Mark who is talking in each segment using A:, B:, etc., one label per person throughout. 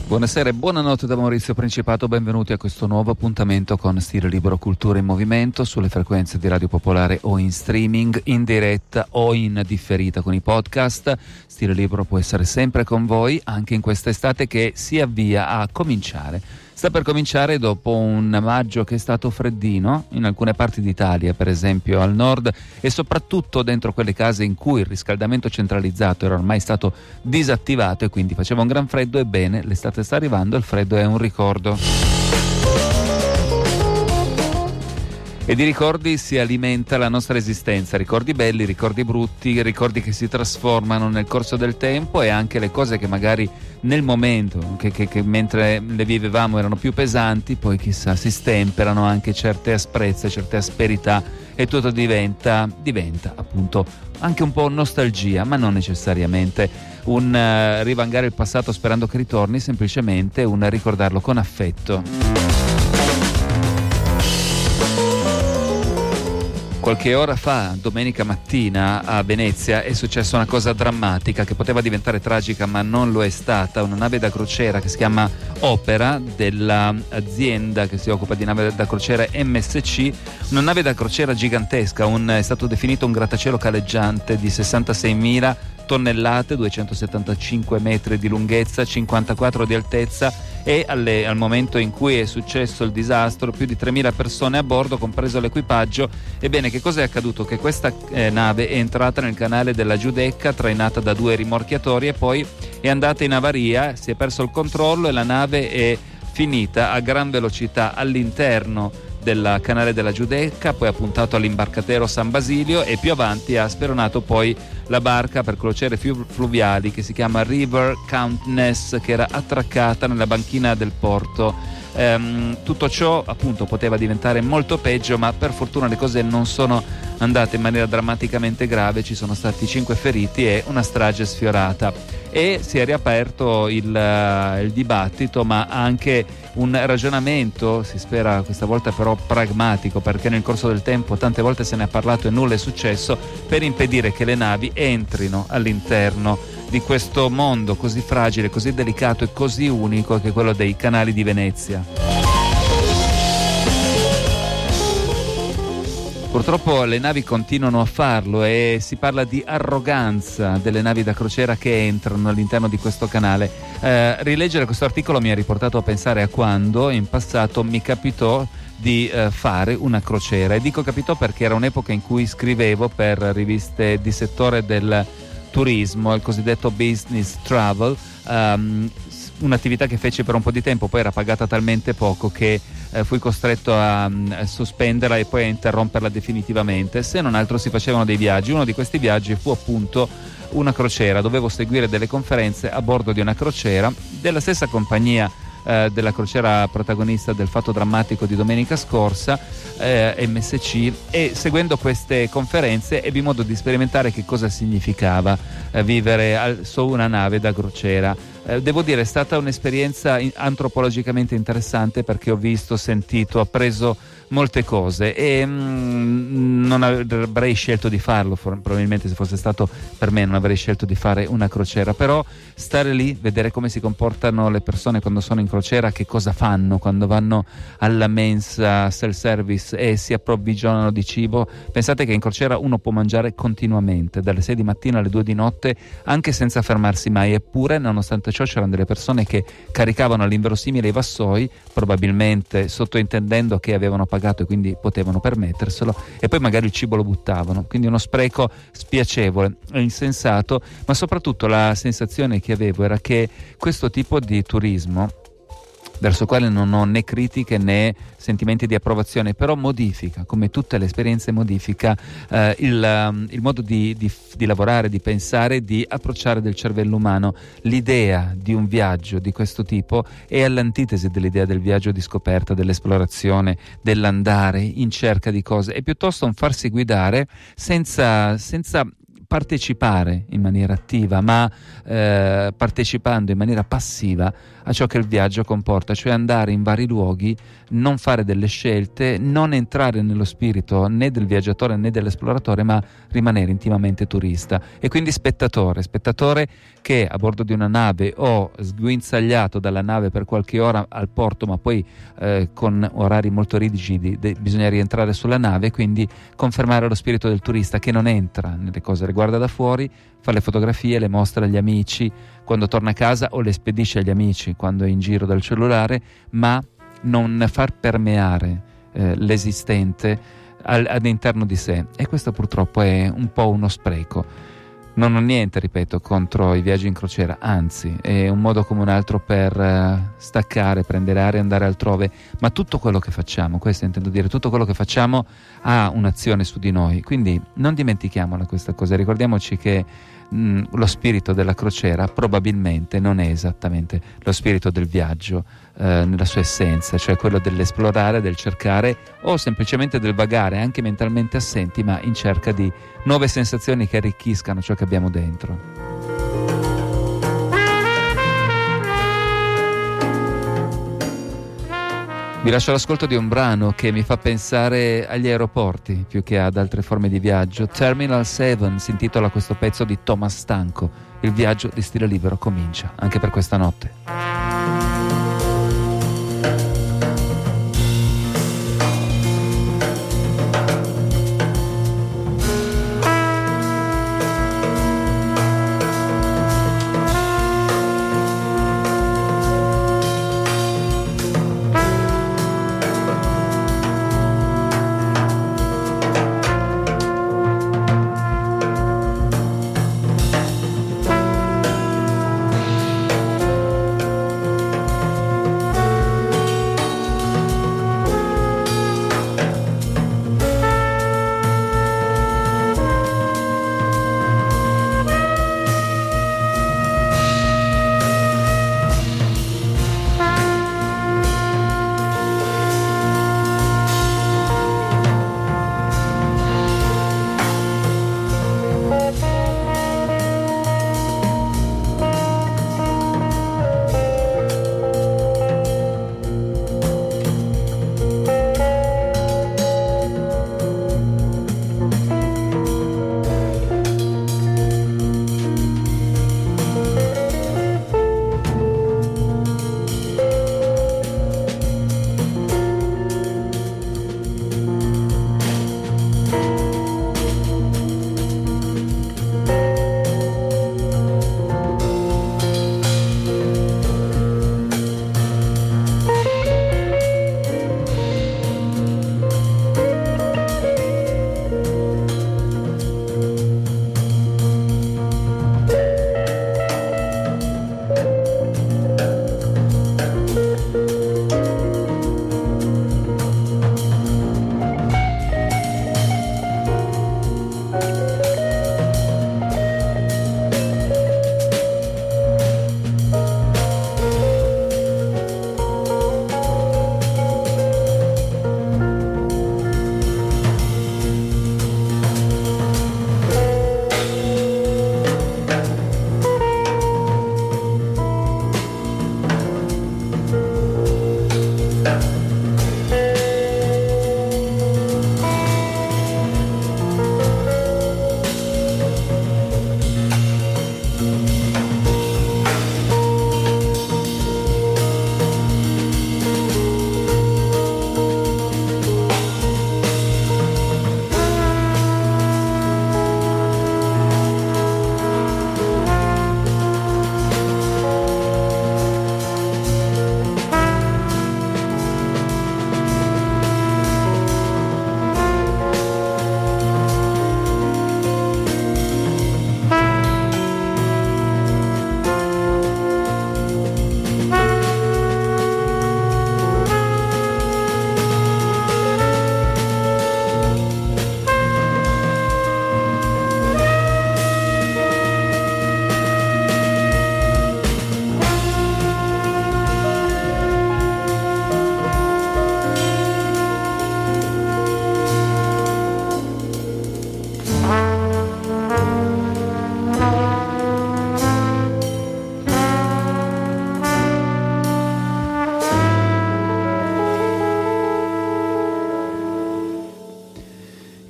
A: Buonasera e buonanotte da Maurizio Principato, benvenuti a questo nuovo appuntamento con Stile Libero Cultura in Movimento sulle frequenze di Radio Popolare o in streaming, in diretta o in differita con i podcast. Stile Libero può essere sempre con voi anche in questa estate che si avvia a cominciare. Sta per cominciare dopo un maggio che è stato freddino in alcune parti d'Italia, per esempio al nord, e soprattutto dentro quelle case in cui il riscaldamento centralizzato era ormai stato disattivato e quindi faceva un gran freddo. Ebbene, l'estate sta arrivando, il freddo è un ricordo. E di ricordi si alimenta la nostra esistenza, ricordi belli, ricordi brutti, ricordi che si trasformano nel corso del tempo, e anche le cose che magari nel momento, che mentre le vivevamo erano più pesanti, poi chissà si stemperano anche certe asprezze, certe asperità, e tutto diventa appunto anche un po' nostalgia, ma non necessariamente un rivangare il passato sperando che ritorni, semplicemente un ricordarlo con affetto. Qualche ora fa, domenica mattina, a Venezia è successa una cosa drammatica che poteva diventare tragica ma non lo è stata. Una nave da crociera che si chiama Opera, dell'azienda che si occupa di nave da crociera MSC, una nave da crociera gigantesca, è stato definito un grattacielo caleggiante di 66.000 tonnellate, 275 metri di lunghezza, 54 di altezza, e al momento in cui è successo il disastro più di 3.000 persone a bordo, compreso l'equipaggio. Ebbene, che cosa è accaduto? Che questa nave è entrata nel canale della Giudecca, trainata da 2 rimorchiatori, e poi è andata in avaria, si è perso il controllo e la nave è finita a gran velocità all'interno del canale della Giudecca, poi ha puntato all'imbarcatero San Basilio e più avanti ha speronato poi la barca per crociere fluviali che si chiama River Countess, che era attraccata nella banchina del porto. Tutto ciò appunto poteva diventare molto peggio, ma per fortuna le cose non sono andate in maniera drammaticamente grave. Ci sono stati 5 feriti e una strage sfiorata, e si è riaperto il dibattito, ma anche un ragionamento, si spera questa volta però pragmatico, perché nel corso del tempo tante volte se ne è parlato e nulla è successo, per impedire che le navi entrino all'interno di questo mondo così fragile, così delicato e così unico che è quello dei canali di Venezia. Purtroppo le navi continuano a farlo e si parla di arroganza delle navi da crociera che entrano all'interno di questo canale. Rileggere questo articolo mi ha riportato a pensare a quando in passato mi capitò di fare una crociera, e dico capitò perché era un'epoca in cui scrivevo per riviste di settore del turismo, il cosiddetto business travel, un'attività che feci per un po' di tempo, poi era pagata talmente poco che fui costretto a sospenderla e poi a interromperla definitivamente. Se non altro si facevano dei viaggi. Uno di questi viaggi fu appunto una crociera. Dovevo seguire delle conferenze a bordo di una crociera della stessa compagnia della crociera protagonista del fatto drammatico di domenica scorsa, MSC, e seguendo queste conferenze ebbi modo di sperimentare che cosa significava vivere su una nave da crociera. Devo dire, è stata un'esperienza antropologicamente interessante, perché ho visto, sentito, appreso molte cose, e non avrei scelto di farlo, probabilmente se fosse stato per me non avrei scelto di fare una crociera, però stare lì, vedere come si comportano le persone quando sono in crociera, che cosa fanno quando vanno alla mensa self-service e si approvvigionano di cibo. Pensate che in crociera uno può mangiare continuamente dalle 6 di mattina alle 2 di notte, anche senza fermarsi mai, eppure nonostante ciò c'erano delle persone che caricavano all'inverosimile i vassoi, probabilmente sottointendendo che avevano pagato e quindi potevano permetterselo, e poi magari il cibo lo buttavano. Quindi uno spreco spiacevole e insensato, ma soprattutto la sensazione che avevo era che questo tipo di turismo, verso il quale non ho né critiche né sentimenti di approvazione, però modifica, come tutte le esperienze, modifica il modo di lavorare, di pensare, di approcciare del cervello umano. L'idea di un viaggio di questo tipo è all'antitesi dell'idea del viaggio di scoperta, dell'esplorazione, dell'andare in cerca di cose. È piuttosto un farsi guidare senza partecipare in maniera attiva, ma partecipando in maniera passiva a ciò che il viaggio comporta, cioè andare in vari luoghi, non fare delle scelte, non entrare nello spirito né del viaggiatore né dell'esploratore, ma rimanere intimamente turista e quindi spettatore che a bordo di una nave o sguinzagliato dalla nave per qualche ora al porto, ma poi con orari molto rigidi bisogna rientrare sulla nave, quindi confermare lo spirito del turista che non entra nelle cose, le guarda da fuori, fa le fotografie, le mostra agli amici quando torna a casa o le spedisce agli amici quando è in giro dal cellulare, ma non far permeare l'esistente all'interno di sé, e questo purtroppo è un po' uno spreco. Non ho niente, ripeto, contro i viaggi in crociera, anzi è un modo come un altro per staccare, prendere aria e andare altrove, ma tutto quello che facciamo, questo intendo dire, tutto quello che facciamo ha un'azione su di noi, quindi non dimentichiamola questa cosa, ricordiamoci che lo spirito della crociera probabilmente non è esattamente lo spirito del viaggio nella sua essenza, cioè quello dell'esplorare, del cercare o semplicemente del vagare anche mentalmente assenti, ma in cerca di nuove sensazioni che arricchiscano ciò che abbiamo dentro. Vi lascio l'ascolto di un brano che mi fa pensare agli aeroporti più che ad altre forme di viaggio. Terminal 7 si intitola questo pezzo di Thomas Stanco. Il viaggio di stile libero comincia anche per questa notte.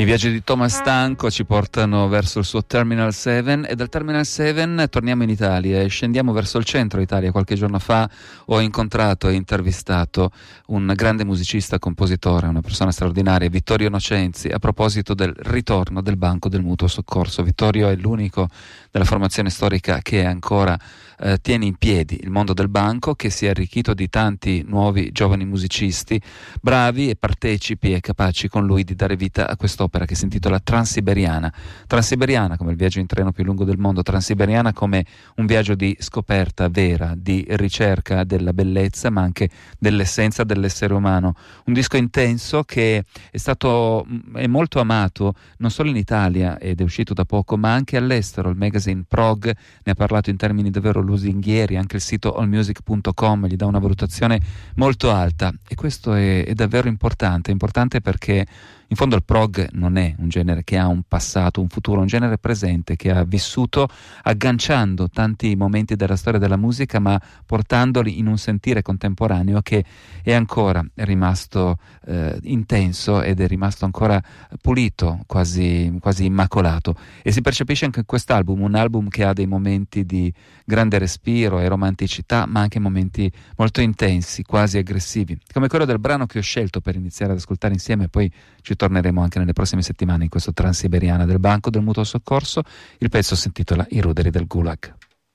A: viaggi di Thomas Stanco ci portano verso il suo Terminal 7 e dal Terminal 7 torniamo in Italia e scendiamo verso il centro Italia. Qualche giorno fa ho incontrato e intervistato un grande musicista, compositore, una persona straordinaria, Vittorio Innocenzi, a proposito del ritorno del Banco del Mutuo Soccorso. Vittorio è l'unico della formazione storica che ancora tiene in piedi il mondo del banco, che si è arricchito di tanti nuovi giovani musicisti bravi e partecipi e capaci con lui di dare vita a quest'opera che si intitola Transiberiana. Transiberiana come il viaggio in treno più lungo del mondo, Transiberiana come un viaggio di scoperta vera, di ricerca della bellezza ma anche dell'essenza dell'essere umano. Un disco intenso che è molto amato non solo in Italia ed è uscito da poco, ma anche all'estero. Il magazine Prog ne ha parlato in termini davvero lusinghieri, anche il sito allmusic.com gli dà una valutazione molto alta e questo è davvero importante perché in fondo il prog non è un genere che ha un passato, un futuro, un genere presente che ha vissuto agganciando tanti momenti della storia della musica ma portandoli in un sentire contemporaneo che è ancora rimasto intenso ed è rimasto ancora pulito, quasi immacolato, e si percepisce anche in quest'album, un album che ha dei momenti di grande respiro e romanticità ma anche momenti molto intensi, quasi aggressivi, come quello del brano che ho scelto per iniziare ad ascoltare insieme. Poi ci torneremo anche nelle prossime settimane in questo Transiberiana del Banco del Mutuo Soccorso. Il pezzo si intitola I ruderi del Gulag.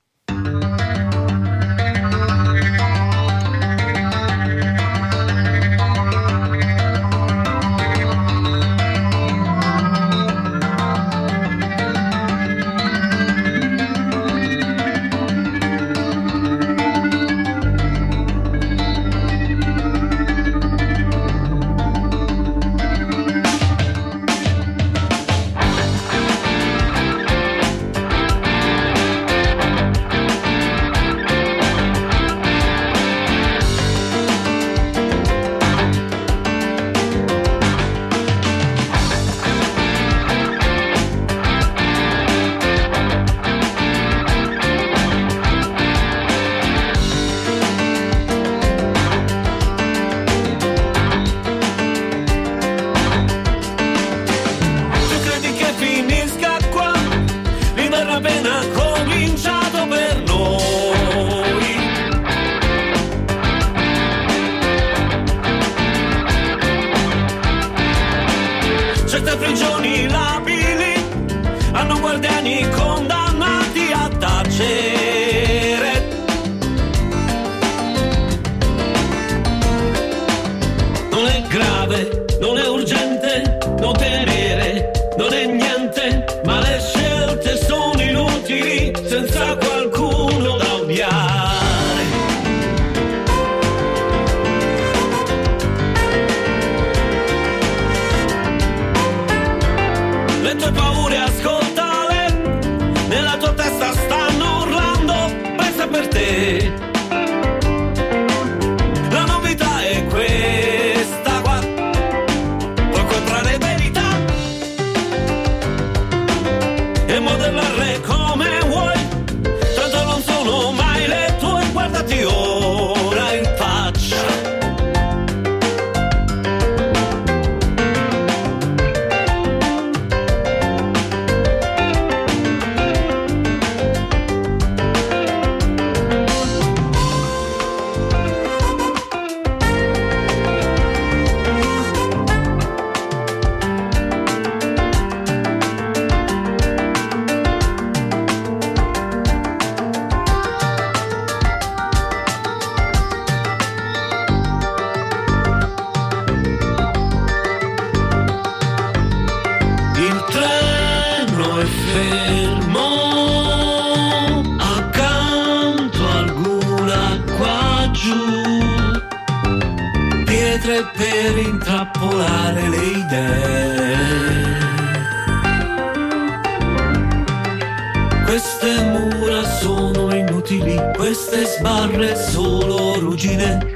B: Per intrappolare le idee, queste mura sono inutili, queste sbarre solo ruggine.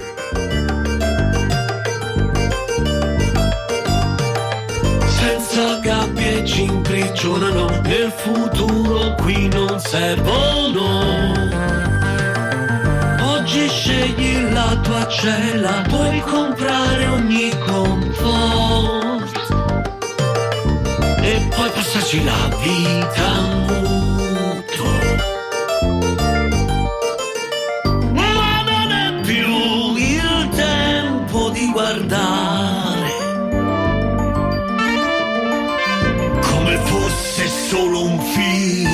B: Senza gabbie ci imprigionano, nel futuro qui non servono. Oggi scegli la tua cella, puoi comprare ogni comfort. quasi la vita muto. Ma non è più il tempo di guardare come fosse solo un film.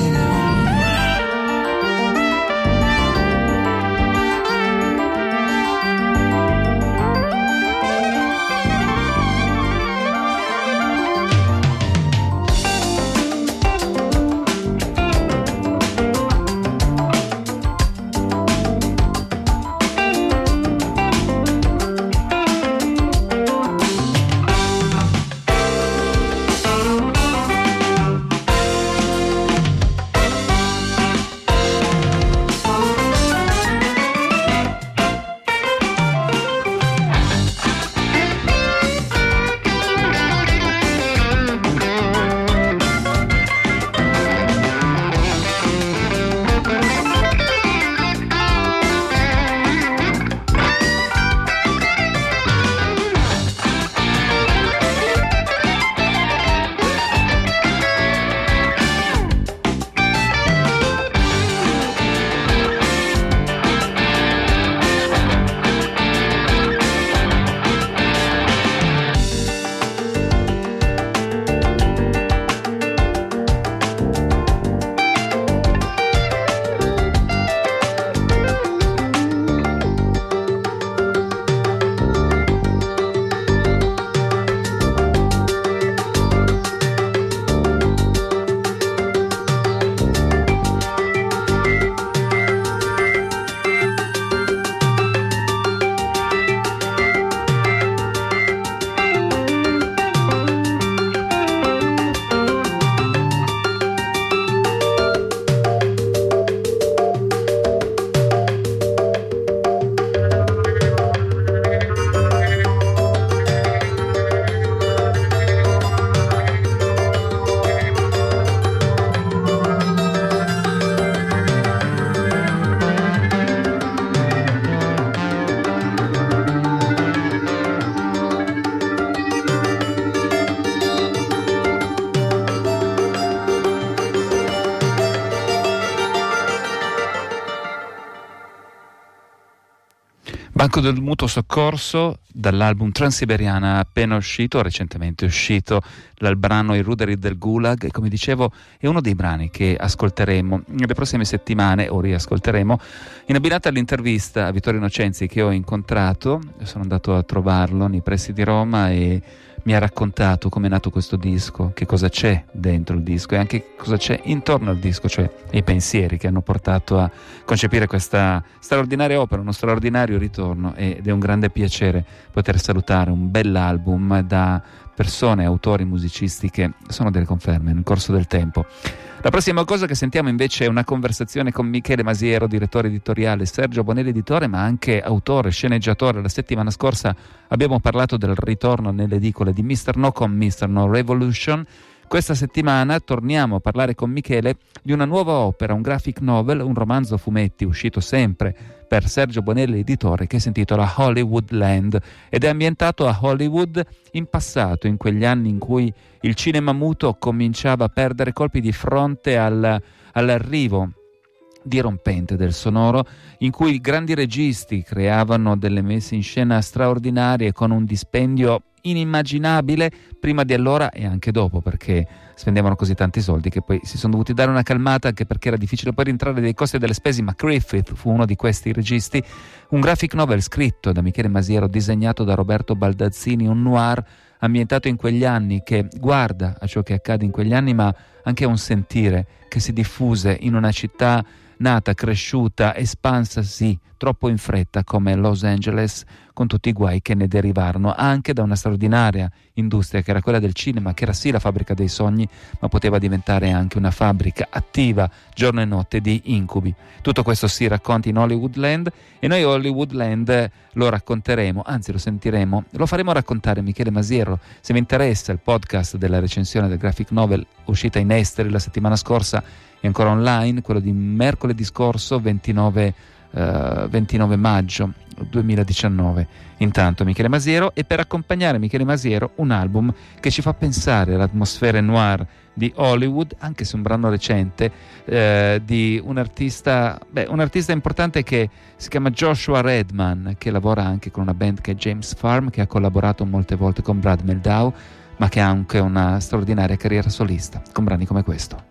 A: Banco del Mutuo Soccorso, dall'album Transiberiana appena uscito, recentemente uscito, dal brano I Ruderi del Gulag, e come dicevo è uno dei brani che ascolteremo nelle prossime settimane o riascolteremo in abbinata all'intervista a Vittorio Innocenzi che ho incontrato. Sono andato a trovarlo nei pressi di Roma e mi ha raccontato come è nato questo disco, che cosa c'è dentro il disco e anche cosa c'è intorno al disco, cioè i pensieri che hanno portato a concepire questa straordinaria opera, uno straordinario ritorno, ed è un grande piacere poter salutare un bell'album da persone, autori, musicisti che sono delle conferme nel corso del tempo. La prossima cosa che sentiamo invece è una conversazione con Michele Masiero, direttore editoriale, Sergio Bonelli editore, ma anche autore, sceneggiatore. La settimana scorsa abbiamo parlato del ritorno nelle edicole di Mr. No con Mr. No Revolution. Questa settimana torniamo a parlare con Michele di una nuova opera, un graphic novel, un romanzo a fumetti uscito sempre per Sergio Bonelli editore, che si intitola Hollywoodland ed è ambientato a Hollywood in passato, in quegli anni in cui il cinema muto cominciava a perdere colpi di fronte all'arrivo dirompente del sonoro, in cui grandi registi creavano delle messe in scena straordinarie con un dispendio inimmaginabile prima di allora e anche dopo, perché spendevano così tanti soldi che poi si sono dovuti dare una calmata, anche perché era difficile poi rientrare dei costi e delle spese. Ma Griffith fu uno di questi registi. Un graphic novel scritto da Michele Masiero, disegnato da Roberto Baldazzini, un noir ambientato in quegli anni, che guarda a ciò che accade in quegli anni, ma anche a un sentire che si diffuse in una città nata, cresciuta, espansa sì, troppo in fretta come Los Angeles, con tutti i guai che ne derivarono anche da una straordinaria industria che era quella del cinema, che era sì la fabbrica dei sogni, ma poteva diventare anche una fabbrica attiva giorno e notte di incubi. Tutto questo si racconta in Hollywoodland, e noi Hollywoodland lo racconteremo, anzi lo sentiremo, lo faremo raccontare Michele Masiero. Se vi interessa, il podcast della recensione del graphic novel uscita in esteri la settimana scorsa è ancora online, quello di mercoledì scorso 29 29 maggio 2019. Intanto Michele Masiero, e per accompagnare Michele Masiero un album che ci fa pensare all'atmosfera noir di Hollywood, anche se un brano recente, di un artista importante che si chiama Joshua Redman, che lavora anche con una band che è James Farm, che ha collaborato molte volte con Brad Mehldau, ma che ha anche una straordinaria carriera solista con brani come questo.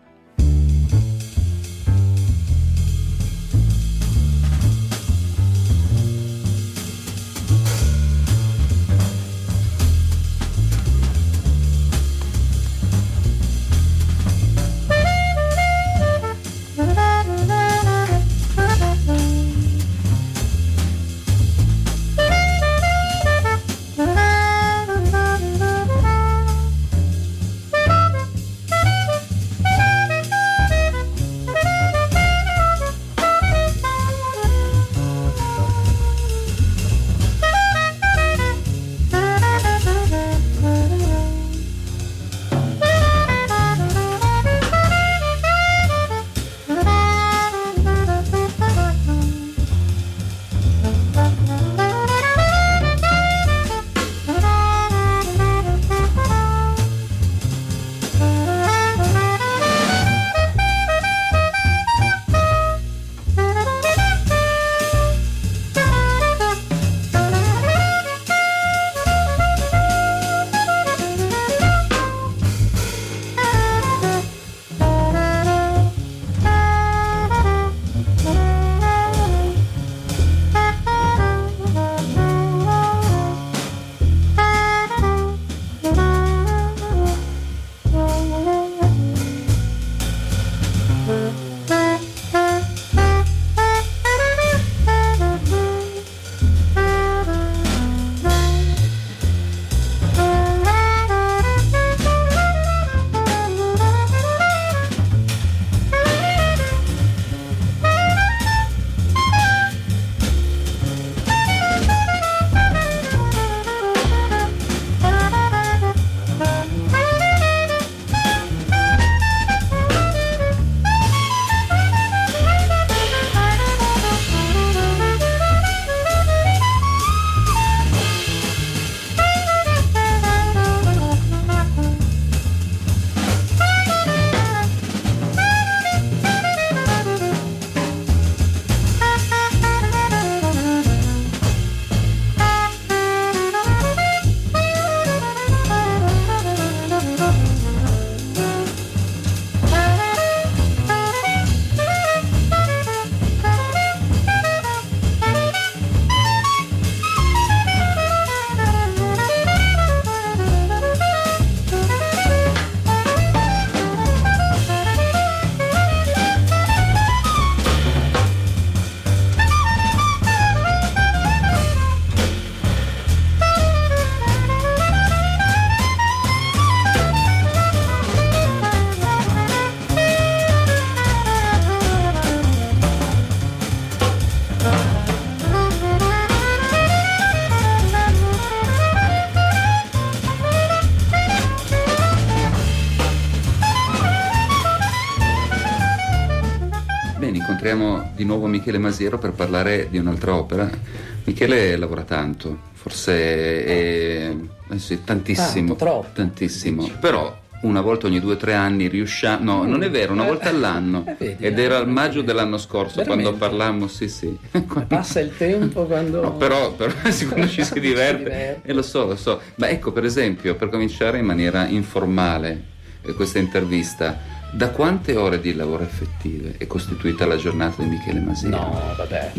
C: incontriamo di nuovo Michele Masiero per parlare di un'altra opera. Michele lavora tanto, forse è sì, tantissimo, tantissimo, però una volta ogni 2 o 3 anni riusciamo, no, non è vero, una volta all'anno, ed era il maggio dell'anno scorso, veramente? Quando parlammo, sì.
D: Passa il tempo quando...
C: No, però quando ci si diverte, e lo so, ma ecco, per esempio, per cominciare in maniera informale questa intervista, da quante ore di lavoro effettive è costituita la giornata di Michele Masiero?
D: No, vabbè,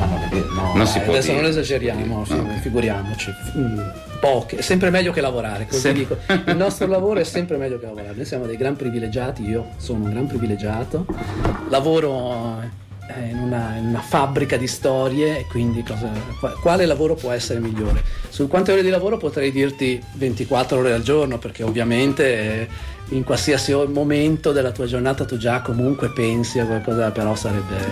C: non si può
D: adesso
C: dire.
D: Non esageriamo, figuriamoci, poche, è sempre meglio che lavorare, così dico. Il nostro lavoro è sempre meglio che lavorare, noi siamo dei gran privilegiati, io sono un gran privilegiato, lavoro in una fabbrica di storie, e quindi quale lavoro può essere migliore? Su quante ore di lavoro potrei dirti 24 ore al giorno, perché ovviamente in qualsiasi momento della tua giornata tu già comunque pensi a qualcosa, però sarebbe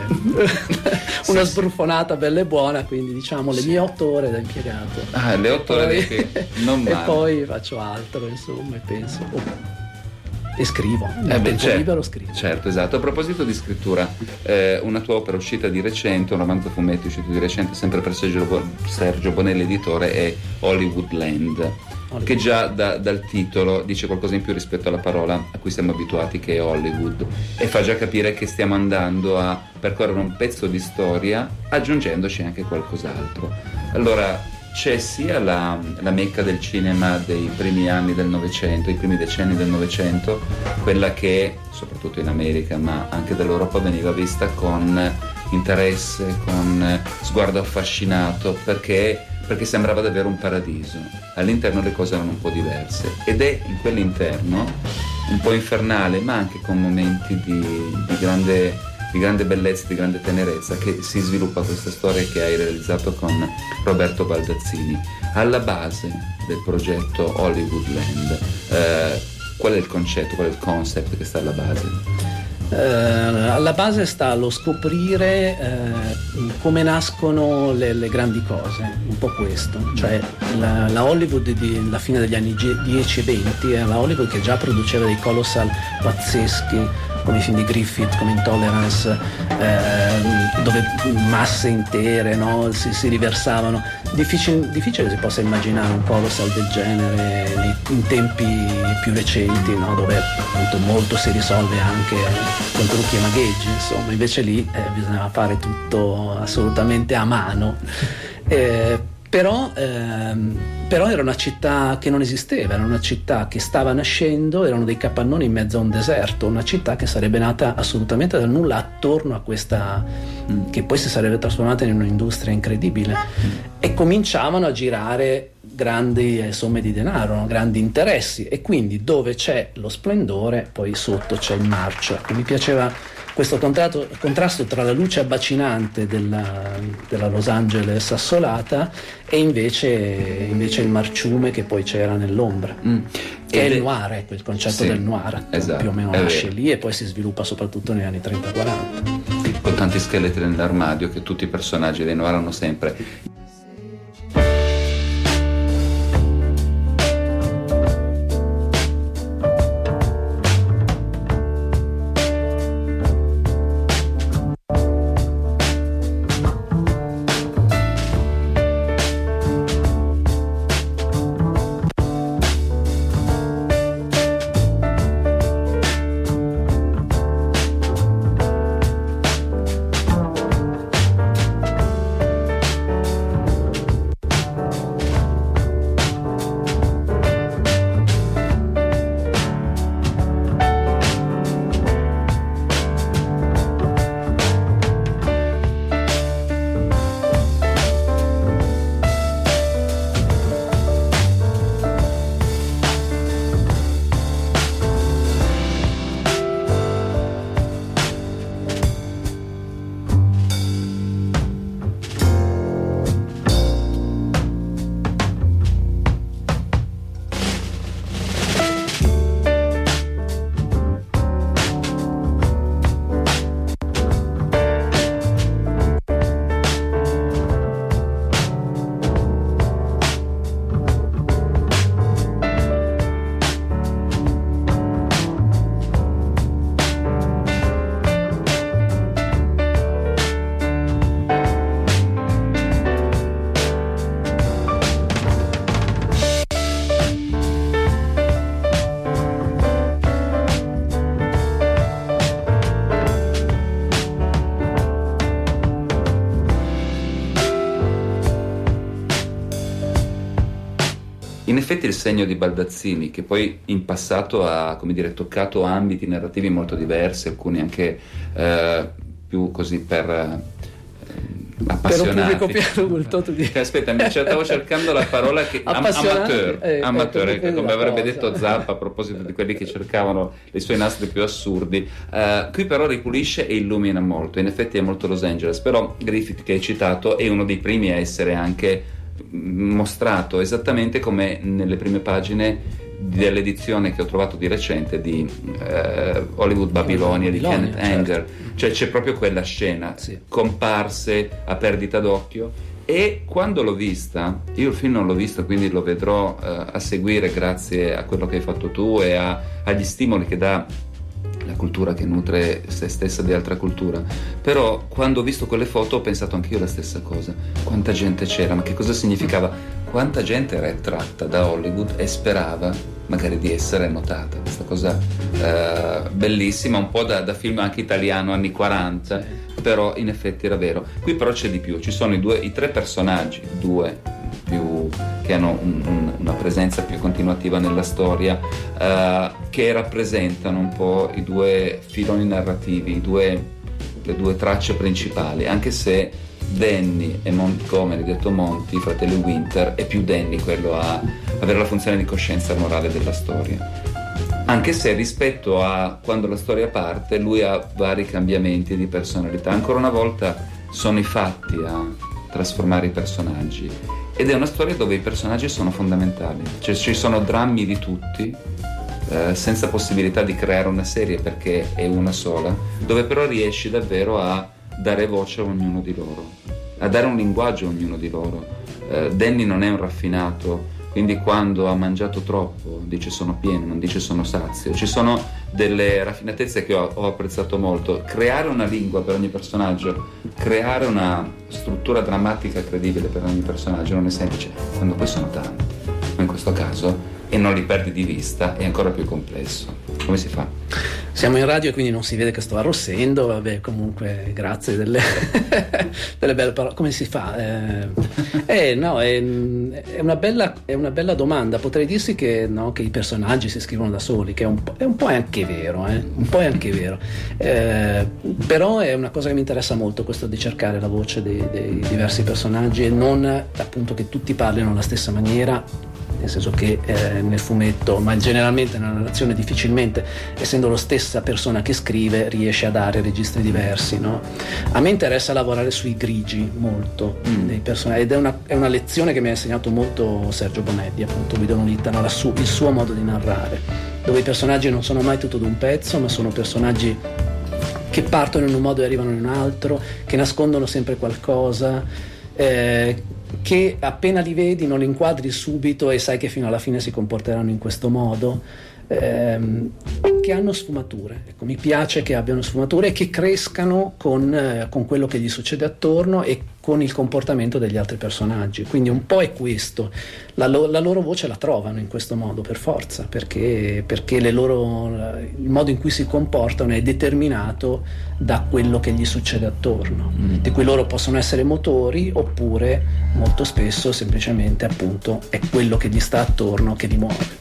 D: una sbruffonata bella e buona, quindi diciamo le mie 8 ore da impiegato.
C: Le 8 ore che non male.
D: E poi faccio altro, insomma, e penso e scrivo, nel tempo libero scrivo.
C: Certo, esatto. A proposito di scrittura, una tua opera uscita di recente, un romanzo fumetti uscito di recente, sempre per Sergio Bonelli editore, è Hollywoodland, che già dal titolo dice qualcosa in più rispetto alla parola a cui siamo abituati, che è Hollywood, e fa già capire che stiamo andando a percorrere un pezzo di storia aggiungendoci anche qualcos'altro. Allora, c'è sia la mecca del cinema dei primi anni del Novecento, i primi decenni del Novecento, quella che soprattutto in America ma anche dall'Europa veniva vista con interesse, con sguardo affascinato, perché sembrava davvero un paradiso. All'interno le cose erano un po' diverse, ed è in quell'interno un po' infernale, ma anche con momenti di grande bellezza, di grande tenerezza, che si sviluppa questa storia che hai realizzato con Roberto Baldazzini. Alla base del progetto Hollywoodland, qual è il concetto, qual è il concept che sta alla base?
D: Alla base sta lo scoprire come nascono le grandi cose, un po' questo, cioè la Hollywood della fine degli anni 10 e 20 è la Hollywood che già produceva dei colossal pazzeschi, come i film di Griffith, come Intolerance, dove masse intere, no, si riversavano. Difficile si possa immaginare un colossal del genere in tempi più recenti, no, dove appunto molto si risolve anche con trucchi e magheggi, insomma. Invece lì bisognava fare tutto assolutamente a mano. Però era una città che non esisteva, era una città che stava nascendo, erano dei capannoni in mezzo a un deserto, una città che sarebbe nata assolutamente dal nulla attorno a questa, che poi si sarebbe trasformata in un'industria incredibile, e cominciavano a girare grandi somme di denaro, no? Grandi interessi, e quindi dove c'è lo splendore poi sotto c'è il marcio. E mi piaceva questo contrasto tra la luce abbacinante della Los Angeles assolata e invece il marciume che poi c'era nell'ombra, che è il noir, ecco, il concetto del noir, esatto, più o meno nasce lì e poi si sviluppa soprattutto negli anni 30-40.
C: Con tanti scheletri nell'armadio che tutti i personaggi dei noir hanno sempre. In effetti il segno di Baldazzini, che poi in passato ha, come dire, toccato ambiti narrativi molto diversi, alcuni anche più così per appassionati.
D: Per un pubblico più di...
C: Aspetta, stavo cercando la parola che amateur, come avrebbe detto Zappa a proposito di quelli che cercavano i suoi nastri più assurdi. Qui però ripulisce e illumina molto. In effetti è molto Los Angeles, però Griffith, che hai citato, è uno dei primi a essere anche mostrato esattamente come nelle prime pagine dell'edizione che ho trovato di recente di Hollywood Babilonia di Kenneth Anger, certo. Cioè c'è proprio quella scena, sì, comparse a perdita d'occhio, E quando l'ho vista, io il film non l'ho visto, quindi lo vedrò a seguire grazie a quello che hai fatto tu e agli stimoli che dà la cultura, che nutre se stessa di altra cultura. Però quando ho visto quelle foto ho pensato anch'io la stessa cosa: quanta gente c'era, ma che cosa significava, quanta gente era attratta da Hollywood e sperava magari di essere notata. Questa cosa bellissima, un po' da film anche italiano anni 40, però in effetti era vero. Qui però c'è di più, ci sono i tre personaggi, due più che hanno una presenza più continuativa nella storia, che rappresentano un po' i due filoni narrativi, le due tracce principali, anche se Danny e Montgomery, detto Monty, fratelli Winter, è più Danny quello a avere la funzione di coscienza morale della storia, anche se rispetto a quando la storia parte lui ha vari cambiamenti di personalità. Ancora una volta sono i fatti a trasformare i personaggi, ed è una storia dove i personaggi sono fondamentali, cioè ci sono drammi di tutti, senza possibilità di creare una serie perché è una sola, dove però riesci davvero a dare voce a ognuno di loro, a dare un linguaggio a ognuno di loro. Danny non è un raffinato, quindi quando ha mangiato troppo dice sono pieno, non dice sono sazio. Ci sono delle raffinatezze che ho apprezzato molto. Creare una lingua per ogni personaggio, creare una struttura drammatica credibile per ogni personaggio non è semplice, quando poi sono tanti, ma in questo caso, e non li perdi di vista, è ancora più complesso. Come si fa?
D: Siamo in radio e quindi non si vede che sto arrossendo, vabbè, comunque grazie delle belle parole. Come si fa? No, è una bella domanda. Potrei dirsi che, no, che i personaggi si scrivono da soli, che è un po' anche vero, un po' è anche vero. Però è una cosa che mi interessa molto, questo di cercare la voce dei diversi personaggi e non appunto che tutti parlino alla stessa maniera. Nel senso che nel fumetto, ma generalmente nella narrazione difficilmente, essendo la stessa persona che scrive, riesce a dare registri diversi, no? A me interessa lavorare sui grigi molto dei personaggi, ed è una lezione che mi ha insegnato molto Sergio Bonelli, appunto Guido Nolitta, no? Il suo modo di narrare, dove i personaggi non sono mai tutto d'un pezzo, ma sono personaggi che partono in un modo e arrivano in un altro, che nascondono sempre qualcosa, che appena li vedi non li inquadri subito e sai che fino alla fine si comporteranno in questo modo, che hanno sfumature. Ecco, mi piace che abbiano sfumature e che crescano con quello che gli succede attorno e con il comportamento degli altri personaggi. Quindi un po' è questo, la loro voce la trovano in questo modo per forza, perché il modo in cui si comportano è determinato da quello che gli succede attorno, di cui loro possono essere motori, oppure molto spesso semplicemente appunto è quello che gli sta attorno che li muove.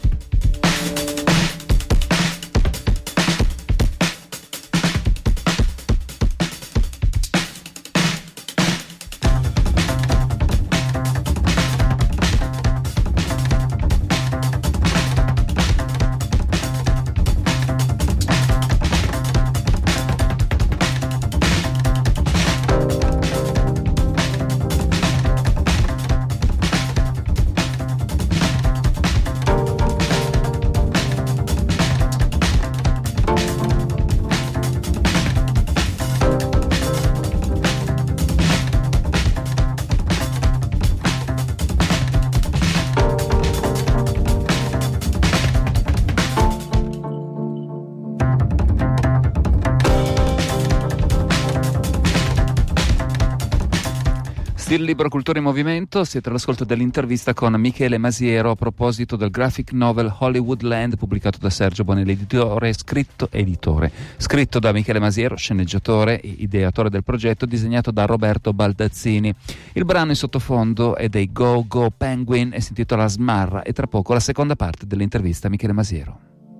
A: Il Libro Cultura in Movimento, siete all'ascolto dell'intervista con Michele Masiero a proposito del graphic novel Hollywoodland pubblicato da Sergio Bonelli, scritto da Michele Masiero, sceneggiatore e ideatore del progetto, disegnato da Roberto Baldazzini. Il brano in sottofondo è dei Go Go Penguin e si intitola Smarra, e tra poco la seconda parte dell'intervista a Michele Masiero.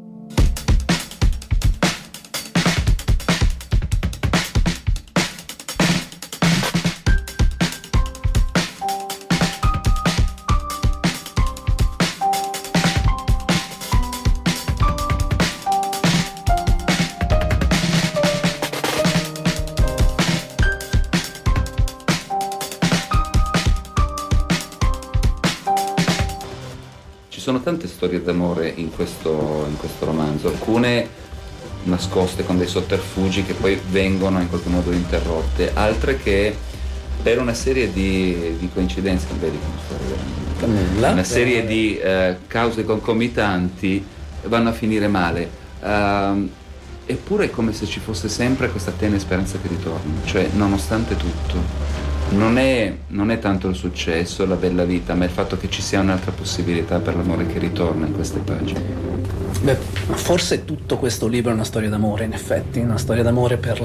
C: Sono tante storie d'amore in questo romanzo, alcune nascoste con dei sotterfugi che poi vengono in qualche modo interrotte, altre che per una serie di coincidenze, vedi come sto una serie di cause concomitanti vanno a finire male, eppure è come se ci fosse sempre questa tenue speranza che ritorni, cioè nonostante tutto non è tanto il successo, la bella vita, ma il fatto che ci sia un'altra possibilità per l'amore che ritorna in queste pagine.
D: Beh, forse tutto questo libro è una storia d'amore, in effetti, una storia d'amore per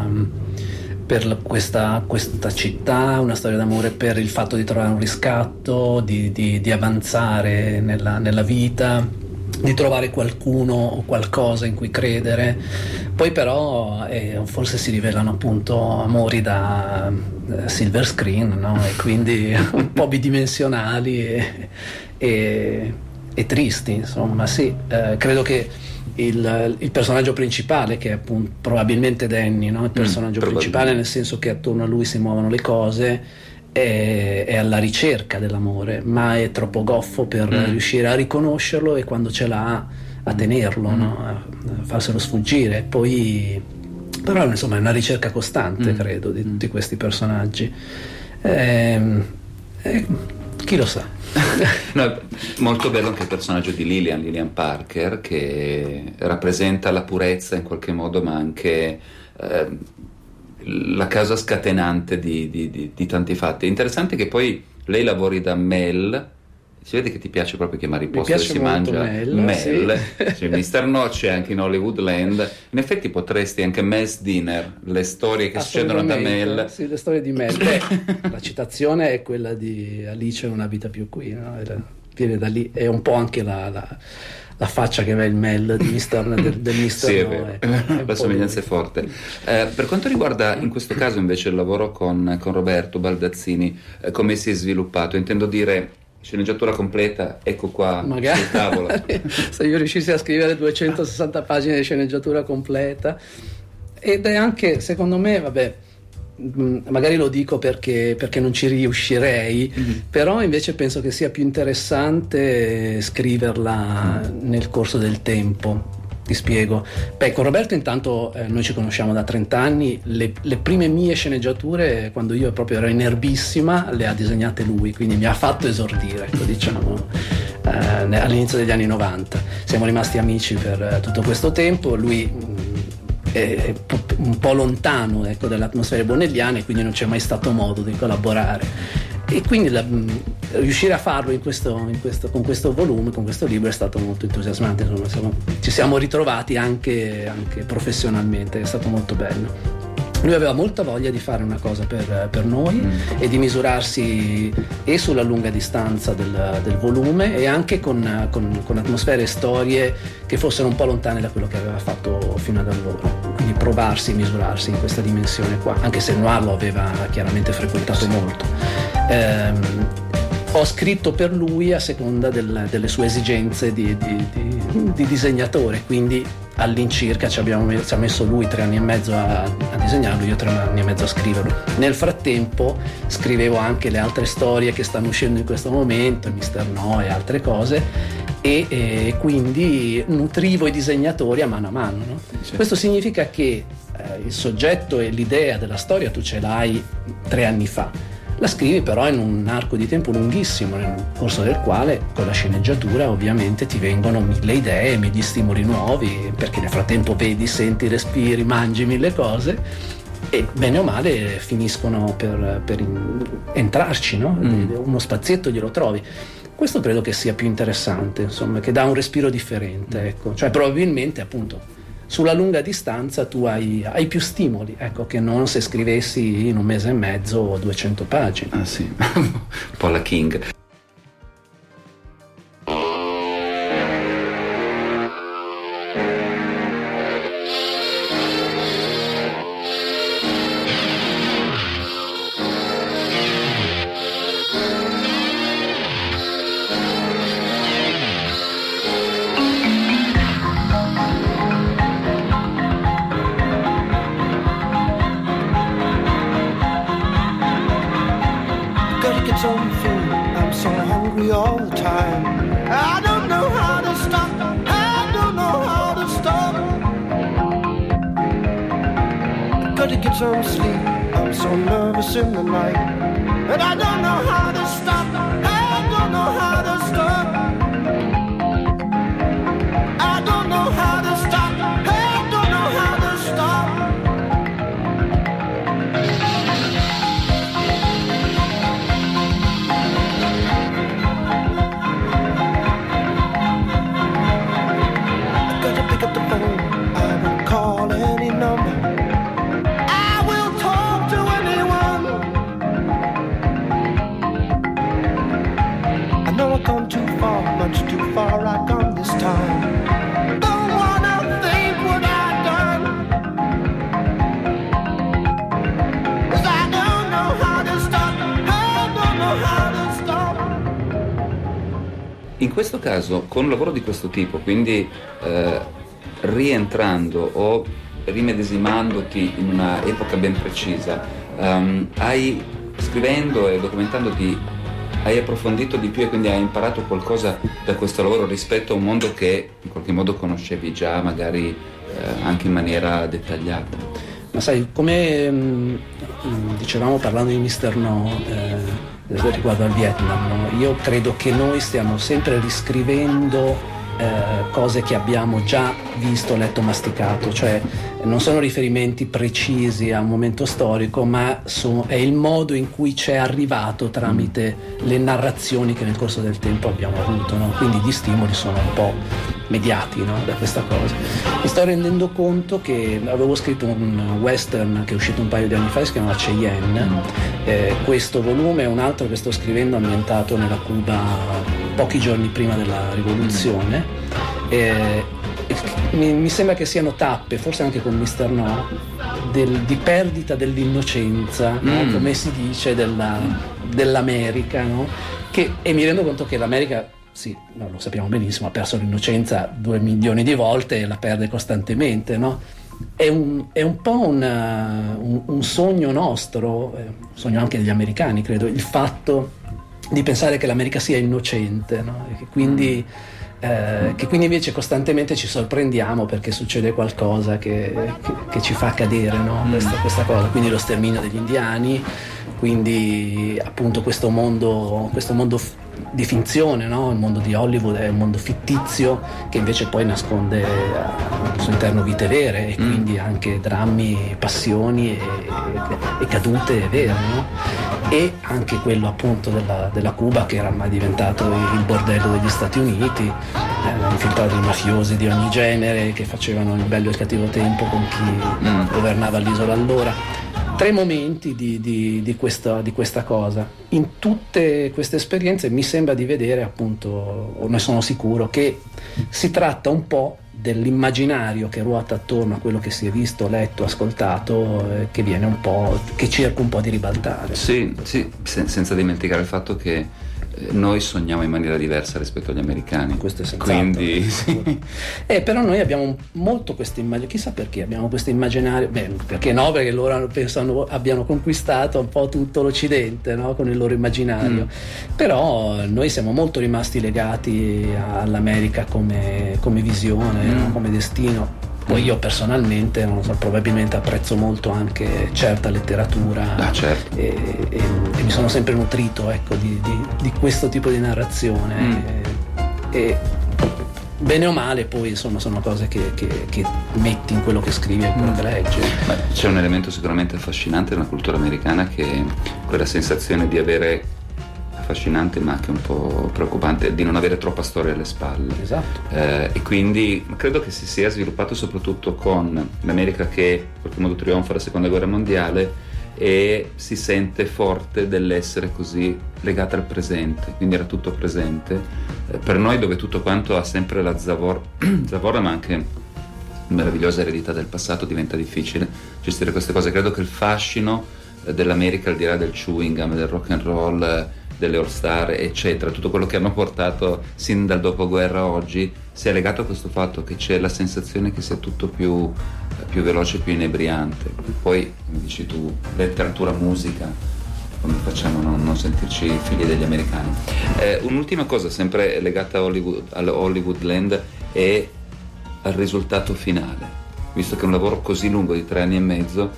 D: questa città, una storia d'amore per il fatto di trovare un riscatto, di avanzare nella vita, di trovare qualcuno o qualcosa in cui credere. Poi però forse si rivelano appunto amori da silver screen, no? E quindi un po' bidimensionali e tristi, insomma. Sì, credo che il personaggio principale, che è appunto probabilmente Danny, no? Il personaggio principale, nel senso che attorno a lui si muovono le cose, è alla ricerca dell'amore, ma è troppo goffo per riuscire a riconoscerlo, e quando ce l'ha a tenerlo, no? A farselo sfuggire. Poi però insomma è una ricerca costante, credo, di tutti questi personaggi. Chi lo sa.
C: No, molto bello anche il personaggio di Lillian Parker, che rappresenta la purezza in qualche modo, ma anche la causa scatenante di tanti fatti. È interessante che poi lei lavori da Mel. Si vede che ti piace proprio chiamare i posti dove si mangia Mel. Sì. Mr. No c'è anche in Hollywoodland. In effetti potresti anche Mel's Dinner, le storie che succedono da Mel.
D: Sì, le storie di Mel. Beh, la citazione è quella di Alice non abita più qui, no? Viene da lì, è un po' anche la faccia che aveva il Mel di del Mr.
C: Sì,
D: No,
C: la somiglianza è forte. Per quanto riguarda in questo caso invece il lavoro con Roberto Baldazzini, come si è sviluppato? Intendo dire, sceneggiatura completa, ecco qua
D: magari
C: sul tavolo.
D: Se io riuscissi a scrivere 260 pagine di sceneggiatura completa, ed è anche, secondo me, vabbè, magari lo dico perché non ci riuscirei, però invece penso che sia più interessante scriverla nel corso del tempo. Ti spiego. Beh, con Roberto intanto noi ci conosciamo da 30 anni, le prime mie sceneggiature, quando io proprio ero in erbissima, le ha disegnate lui, quindi mi ha fatto esordire, ecco, diciamo, all'inizio degli anni 90. Siamo rimasti amici per tutto questo tempo. Lui è un po' lontano, ecco, dalle atmosfere bonelliane, quindi non c'è mai stato modo di collaborare. E quindi riuscire a farlo con questo volume, con questo libro, è stato molto entusiasmante. Insomma, ci siamo ritrovati anche professionalmente, è stato molto bello. Lui aveva molta voglia di fare una cosa per noi e di misurarsi e sulla lunga distanza del volume, e anche con atmosfere e storie che fossero un po' lontane da quello che aveva fatto fino ad allora. Quindi provarsi, misurarsi in questa dimensione qua, anche se il noir lo aveva chiaramente frequentato molto. Ho scritto per lui a seconda delle sue esigenze di disegnatore, quindi all'incirca ci ha messo lui 3 anni e mezzo a disegnarlo, io 3 anni e mezzo a scriverlo. Nel frattempo scrivevo anche le altre storie che stanno uscendo in questo momento, Mr. No e altre cose, e quindi nutrivo i disegnatori a mano, no? Certo. Questo significa che il soggetto e l'idea della storia tu ce l'hai 3 anni fa. La scrivi però in un arco di tempo lunghissimo, nel corso del quale con la sceneggiatura ovviamente ti vengono 1000 idee, 1000 stimoli nuovi, perché nel frattempo vedi, senti, respiri, mangi 1000 cose, e bene o male finiscono per entrarci, no? Uno spazietto glielo trovi. Questo credo che sia più interessante, insomma, che dà un respiro differente, ecco. Cioè probabilmente appunto sulla lunga distanza tu hai più stimoli, ecco, che non se scrivessi in un mese e mezzo 200 pagine.
C: Ah sì, un po' la King.
E: Some sleep, I'm so nervous in the night, and I don't know how to stop. I don't know how to stop. I don't know how to stop. I don't know how to stop. I gotta pick up the phone. I will call any number. I will talk to anyone. I know I've gone too far, much too far. I've gone this time. Don't wanna think what I've done, 'cause I don't know how to stop. I don't know how to stop.
C: In questo caso, con un lavoro di questo tipo, quindi rientrando o rimedesimandoti in una epoca ben precisa, scrivendo e documentandoti, hai approfondito di più e quindi hai imparato qualcosa da questo lavoro rispetto a un mondo che in qualche modo conoscevi già, magari anche in maniera dettagliata.
D: Ma sai, come dicevamo parlando di Mr. No, riguardo al Vietnam, no? Io credo che noi stiamo sempre riscrivendo cose che abbiamo già visto, letto, masticato, cioè non sono riferimenti precisi a un momento storico, ma è il modo in cui c'è arrivato tramite le narrazioni che nel corso del tempo abbiamo avuto, no? Quindi gli stimoli sono un po' mediati, no? Da questa cosa. Mi sto rendendo conto che avevo scritto un western che è uscito un paio di anni fa, si chiama Cheyenne. Questo volume è un altro che sto scrivendo ambientato nella Cuba pochi giorni prima della rivoluzione. Mi sembra che siano tappe, forse anche con Mr. No, di perdita dell'innocenza, no? Come si dice, dell'America, no? E mi rendo conto che l'America, sì, no, lo sappiamo benissimo, ha perso l'innocenza 2 milioni di volte e la perde costantemente, no? È un po' un sogno nostro, un sogno anche degli americani, credo, il fatto di pensare che l'America sia innocente, no? E che quindi invece costantemente ci sorprendiamo perché succede qualcosa che ci fa cadere, no? Questa cosa, quindi lo sterminio degli indiani, quindi appunto questo mondo di finzione, no? Il mondo di Hollywood è un mondo fittizio che invece poi nasconde al suo interno vite vere e quindi anche drammi, passioni e cadute vere, no? E anche quello appunto della Cuba, che era ormai diventato il bordello degli Stati Uniti, infiltrati mafiosi di ogni genere che facevano il bello e il cattivo tempo con chi governava l'isola allora. 3 momenti di questa cosa. In tutte queste esperienze mi sembra di vedere, appunto, o ne sono sicuro, che si tratta un po' dell'immaginario che ruota attorno a quello che si è visto, letto, ascoltato, che viene un po', che cerca un po' di ribaltare.
C: Sì, senza dimenticare il fatto che noi sogniamo in maniera diversa rispetto agli americani.
D: Questo è senz'altro.
C: Quindi sì.
D: Però noi abbiamo molto questo immaginario, chissà perché abbiamo questo immaginario, perché no, perché loro pensano abbiano conquistato un po' tutto l'Occidente, no? Con il loro immaginario. Però noi siamo molto rimasti legati all'America come visione, no? Come destino. Poi io personalmente, non so, probabilmente apprezzo molto anche certa letteratura,
C: certo.
D: e mi sono sempre nutrito, ecco, di questo tipo di narrazione. E bene o male poi insomma sono cose che metti in quello che scrivi e in quello che leggi.
C: C'è un elemento sicuramente affascinante nella cultura americana, che è quella sensazione di avere, affascinante ma anche un po' preoccupante, di non avere troppa storia alle spalle.
D: Esatto.
C: E quindi credo che si sia sviluppato soprattutto con l'America che in qualche modo trionfa la seconda guerra mondiale e si sente forte dell'essere così legata al presente, quindi era tutto presente. Per noi, dove tutto quanto ha sempre la zavorra ma anche meravigliosa eredità del passato, diventa difficile gestire queste cose. Credo che il fascino dell'America, al di là del chewing gum, del rock and roll, delle All Star, eccetera, tutto quello che hanno portato sin dal dopoguerra a oggi, sia legato a questo fatto che c'è la sensazione che sia tutto più veloce, più inebriante. Poi, come dici tu, letteratura, musica, come facciamo a non sentirci figli degli americani? Un'ultima cosa, sempre legata al Hollywoodland, è al risultato finale. Visto che è un lavoro così lungo di 3 anni e mezzo,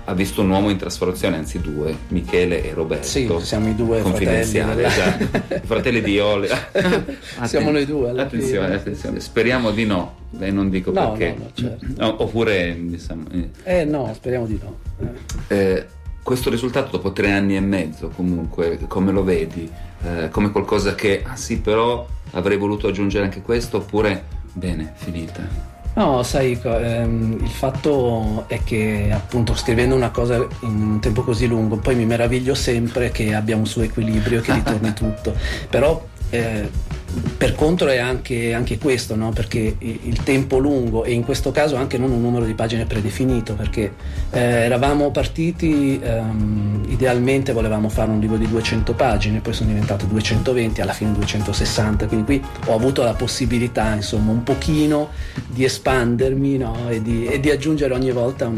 C: ha visto un uomo in trasformazione, anzi due, Michele e Roberto.
D: Sì, siamo i due
C: confidenziali,
D: fratelli.
C: esatto. I fratelli di Oli.
D: Siamo noi due alla
C: attenzione,
D: fine.
C: attenzione. Speriamo di no, non dico
D: No,
C: perché.
D: no, certo.
C: No, oppure diciamo,
D: no, speriamo di no.
C: questo risultato dopo 3 anni e mezzo, comunque, come lo vedi? Come qualcosa che, sì, però avrei voluto aggiungere anche questo, oppure bene, finita?
D: No, sai, il fatto è che appunto scrivendo una cosa in un tempo così lungo, poi mi meraviglio sempre che abbia un suo equilibrio, che ritorni tutto, però per contro è anche questo, no? Perché il tempo lungo, e in questo caso anche non un numero di pagine predefinito, perché eravamo partiti, idealmente volevamo fare un libro di 200 pagine, poi sono diventato 220, alla fine 260, quindi qui ho avuto la possibilità, insomma, un pochino di espandermi, no? e di aggiungere ogni volta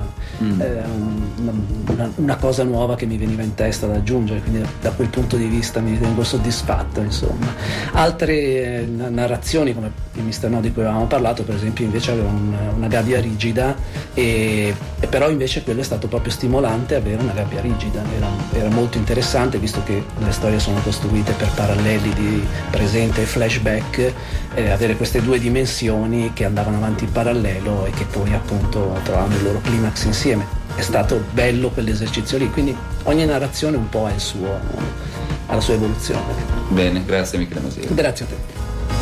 D: una cosa nuova che mi veniva in testa da aggiungere, quindi da quel punto di vista mi ritengo soddisfatto, insomma. Altre narrazioni come il Mr. No di cui avevamo parlato, per esempio, invece aveva una gabbia rigida, e però invece quello è stato proprio stimolante, avere una gabbia rigida, era molto interessante, visto che le storie sono costruite per paralleli di presente e flashback, avere queste due dimensioni che andavano avanti in parallelo e che poi appunto trovavano il loro climax insieme. È stato bello quell'esercizio lì, quindi ogni narrazione un po' ha la sua evoluzione.
C: Bene, grazie Michele Masiero.
D: Grazie a te.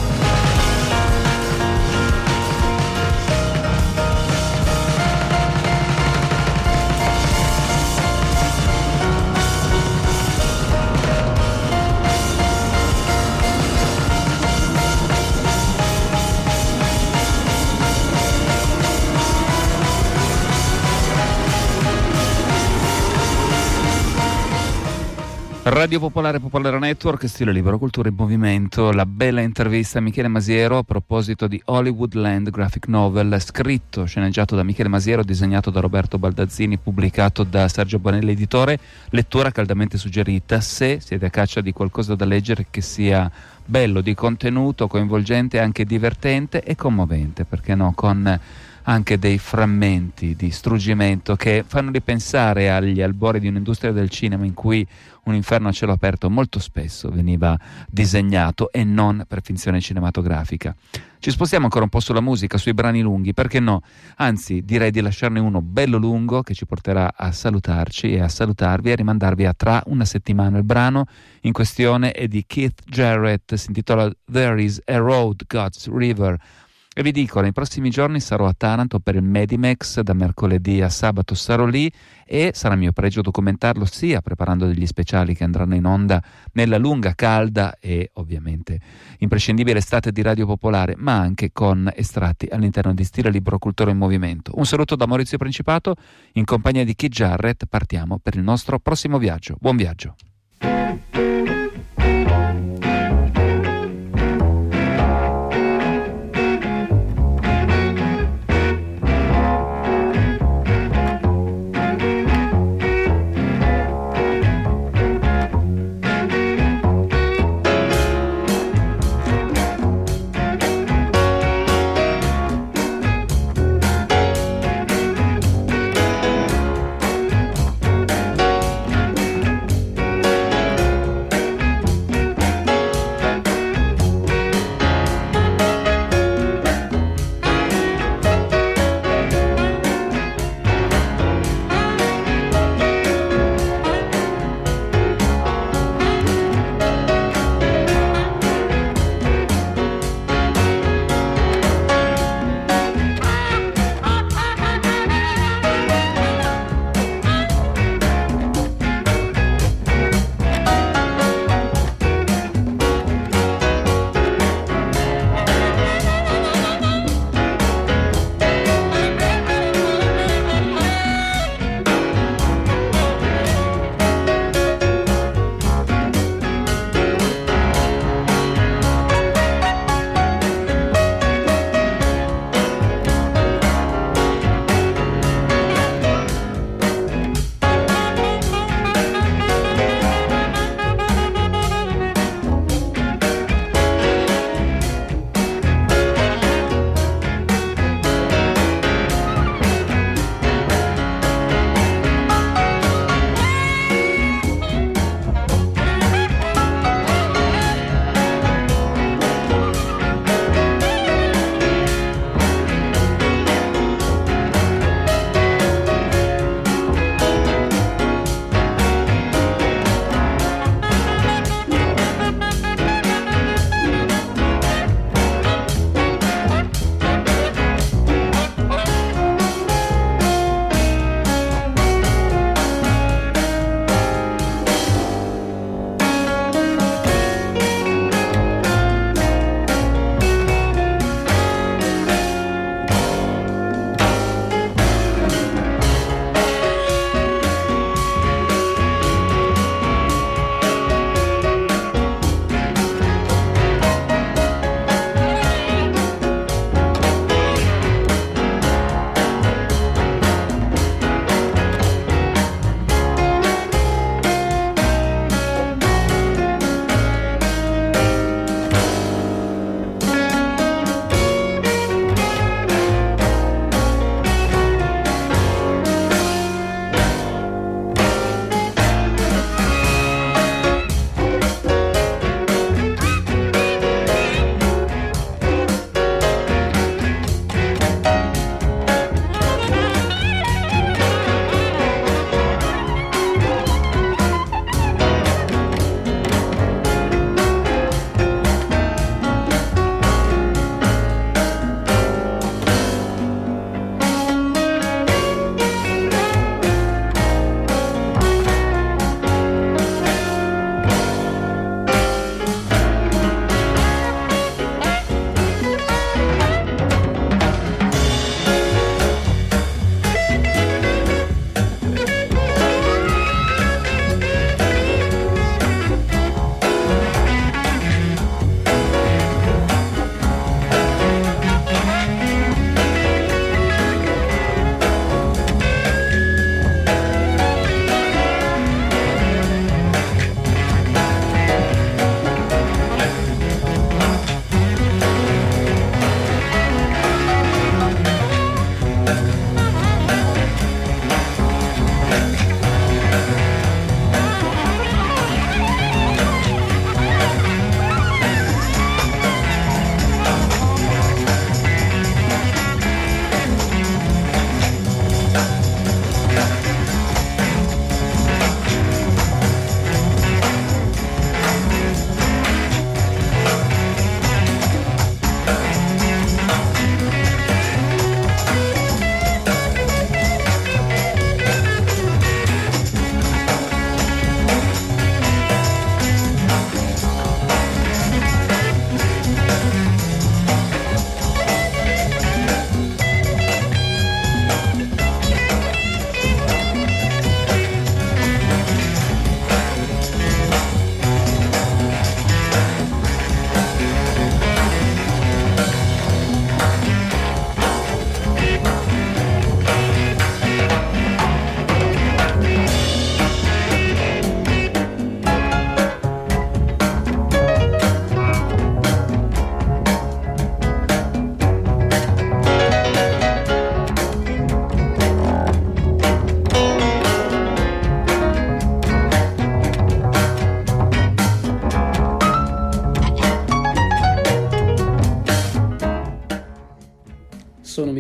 A: Radio Popolare, Popolare Network, stile libero, cultura in movimento. La bella intervista a Michele Masiero a proposito di Hollywoodland graphic novel, scritto, sceneggiato da Michele Masiero, disegnato da Roberto Baldazzini, pubblicato da Sergio Bonelli editore. Lettura caldamente suggerita se siete a caccia di qualcosa da leggere che sia bello, di contenuto, coinvolgente, anche divertente e commovente, perché no, con anche dei frammenti di struggimento che fanno ripensare agli albori di un'industria del cinema in cui un inferno a cielo aperto molto spesso veniva disegnato e non per finzione cinematografica. Ci spostiamo ancora un po' sulla musica, sui brani lunghi, perché no? Anzi, direi di lasciarne uno bello lungo che ci porterà a salutarci e a salutarvi e a rimandarvi a tra una settimana. Il brano in questione è di Keith Jarrett, si intitola There is a Road, God's River. E vi dico, nei prossimi giorni sarò a Taranto per il Medimex, da mercoledì a sabato sarò lì e sarà mio pregio documentarlo, sia preparando degli speciali che andranno in onda nella lunga, calda e ovviamente imprescindibile estate di Radio Popolare, ma anche con estratti all'interno di Stile Libero, Cultura in Movimento. Un saluto da Maurizio Principato, in compagnia di Keith Jarrett partiamo per il nostro prossimo viaggio. Buon viaggio!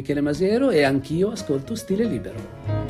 D: Michele Masiero e anch'io ascolto Stile Libero.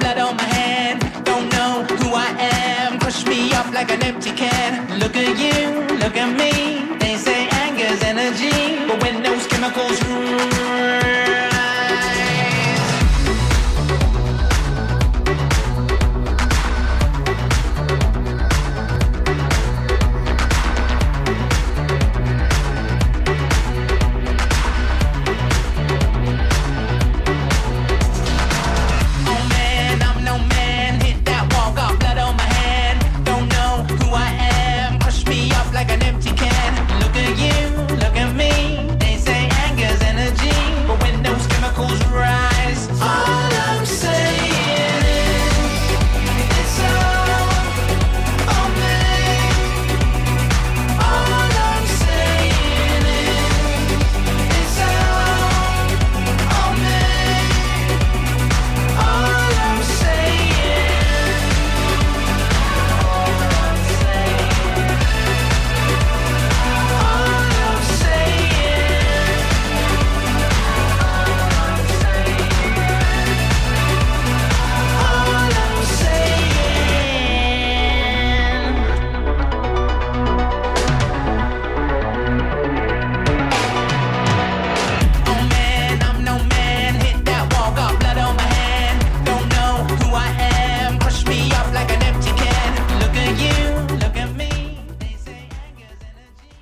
F: like an empty can. Look at you.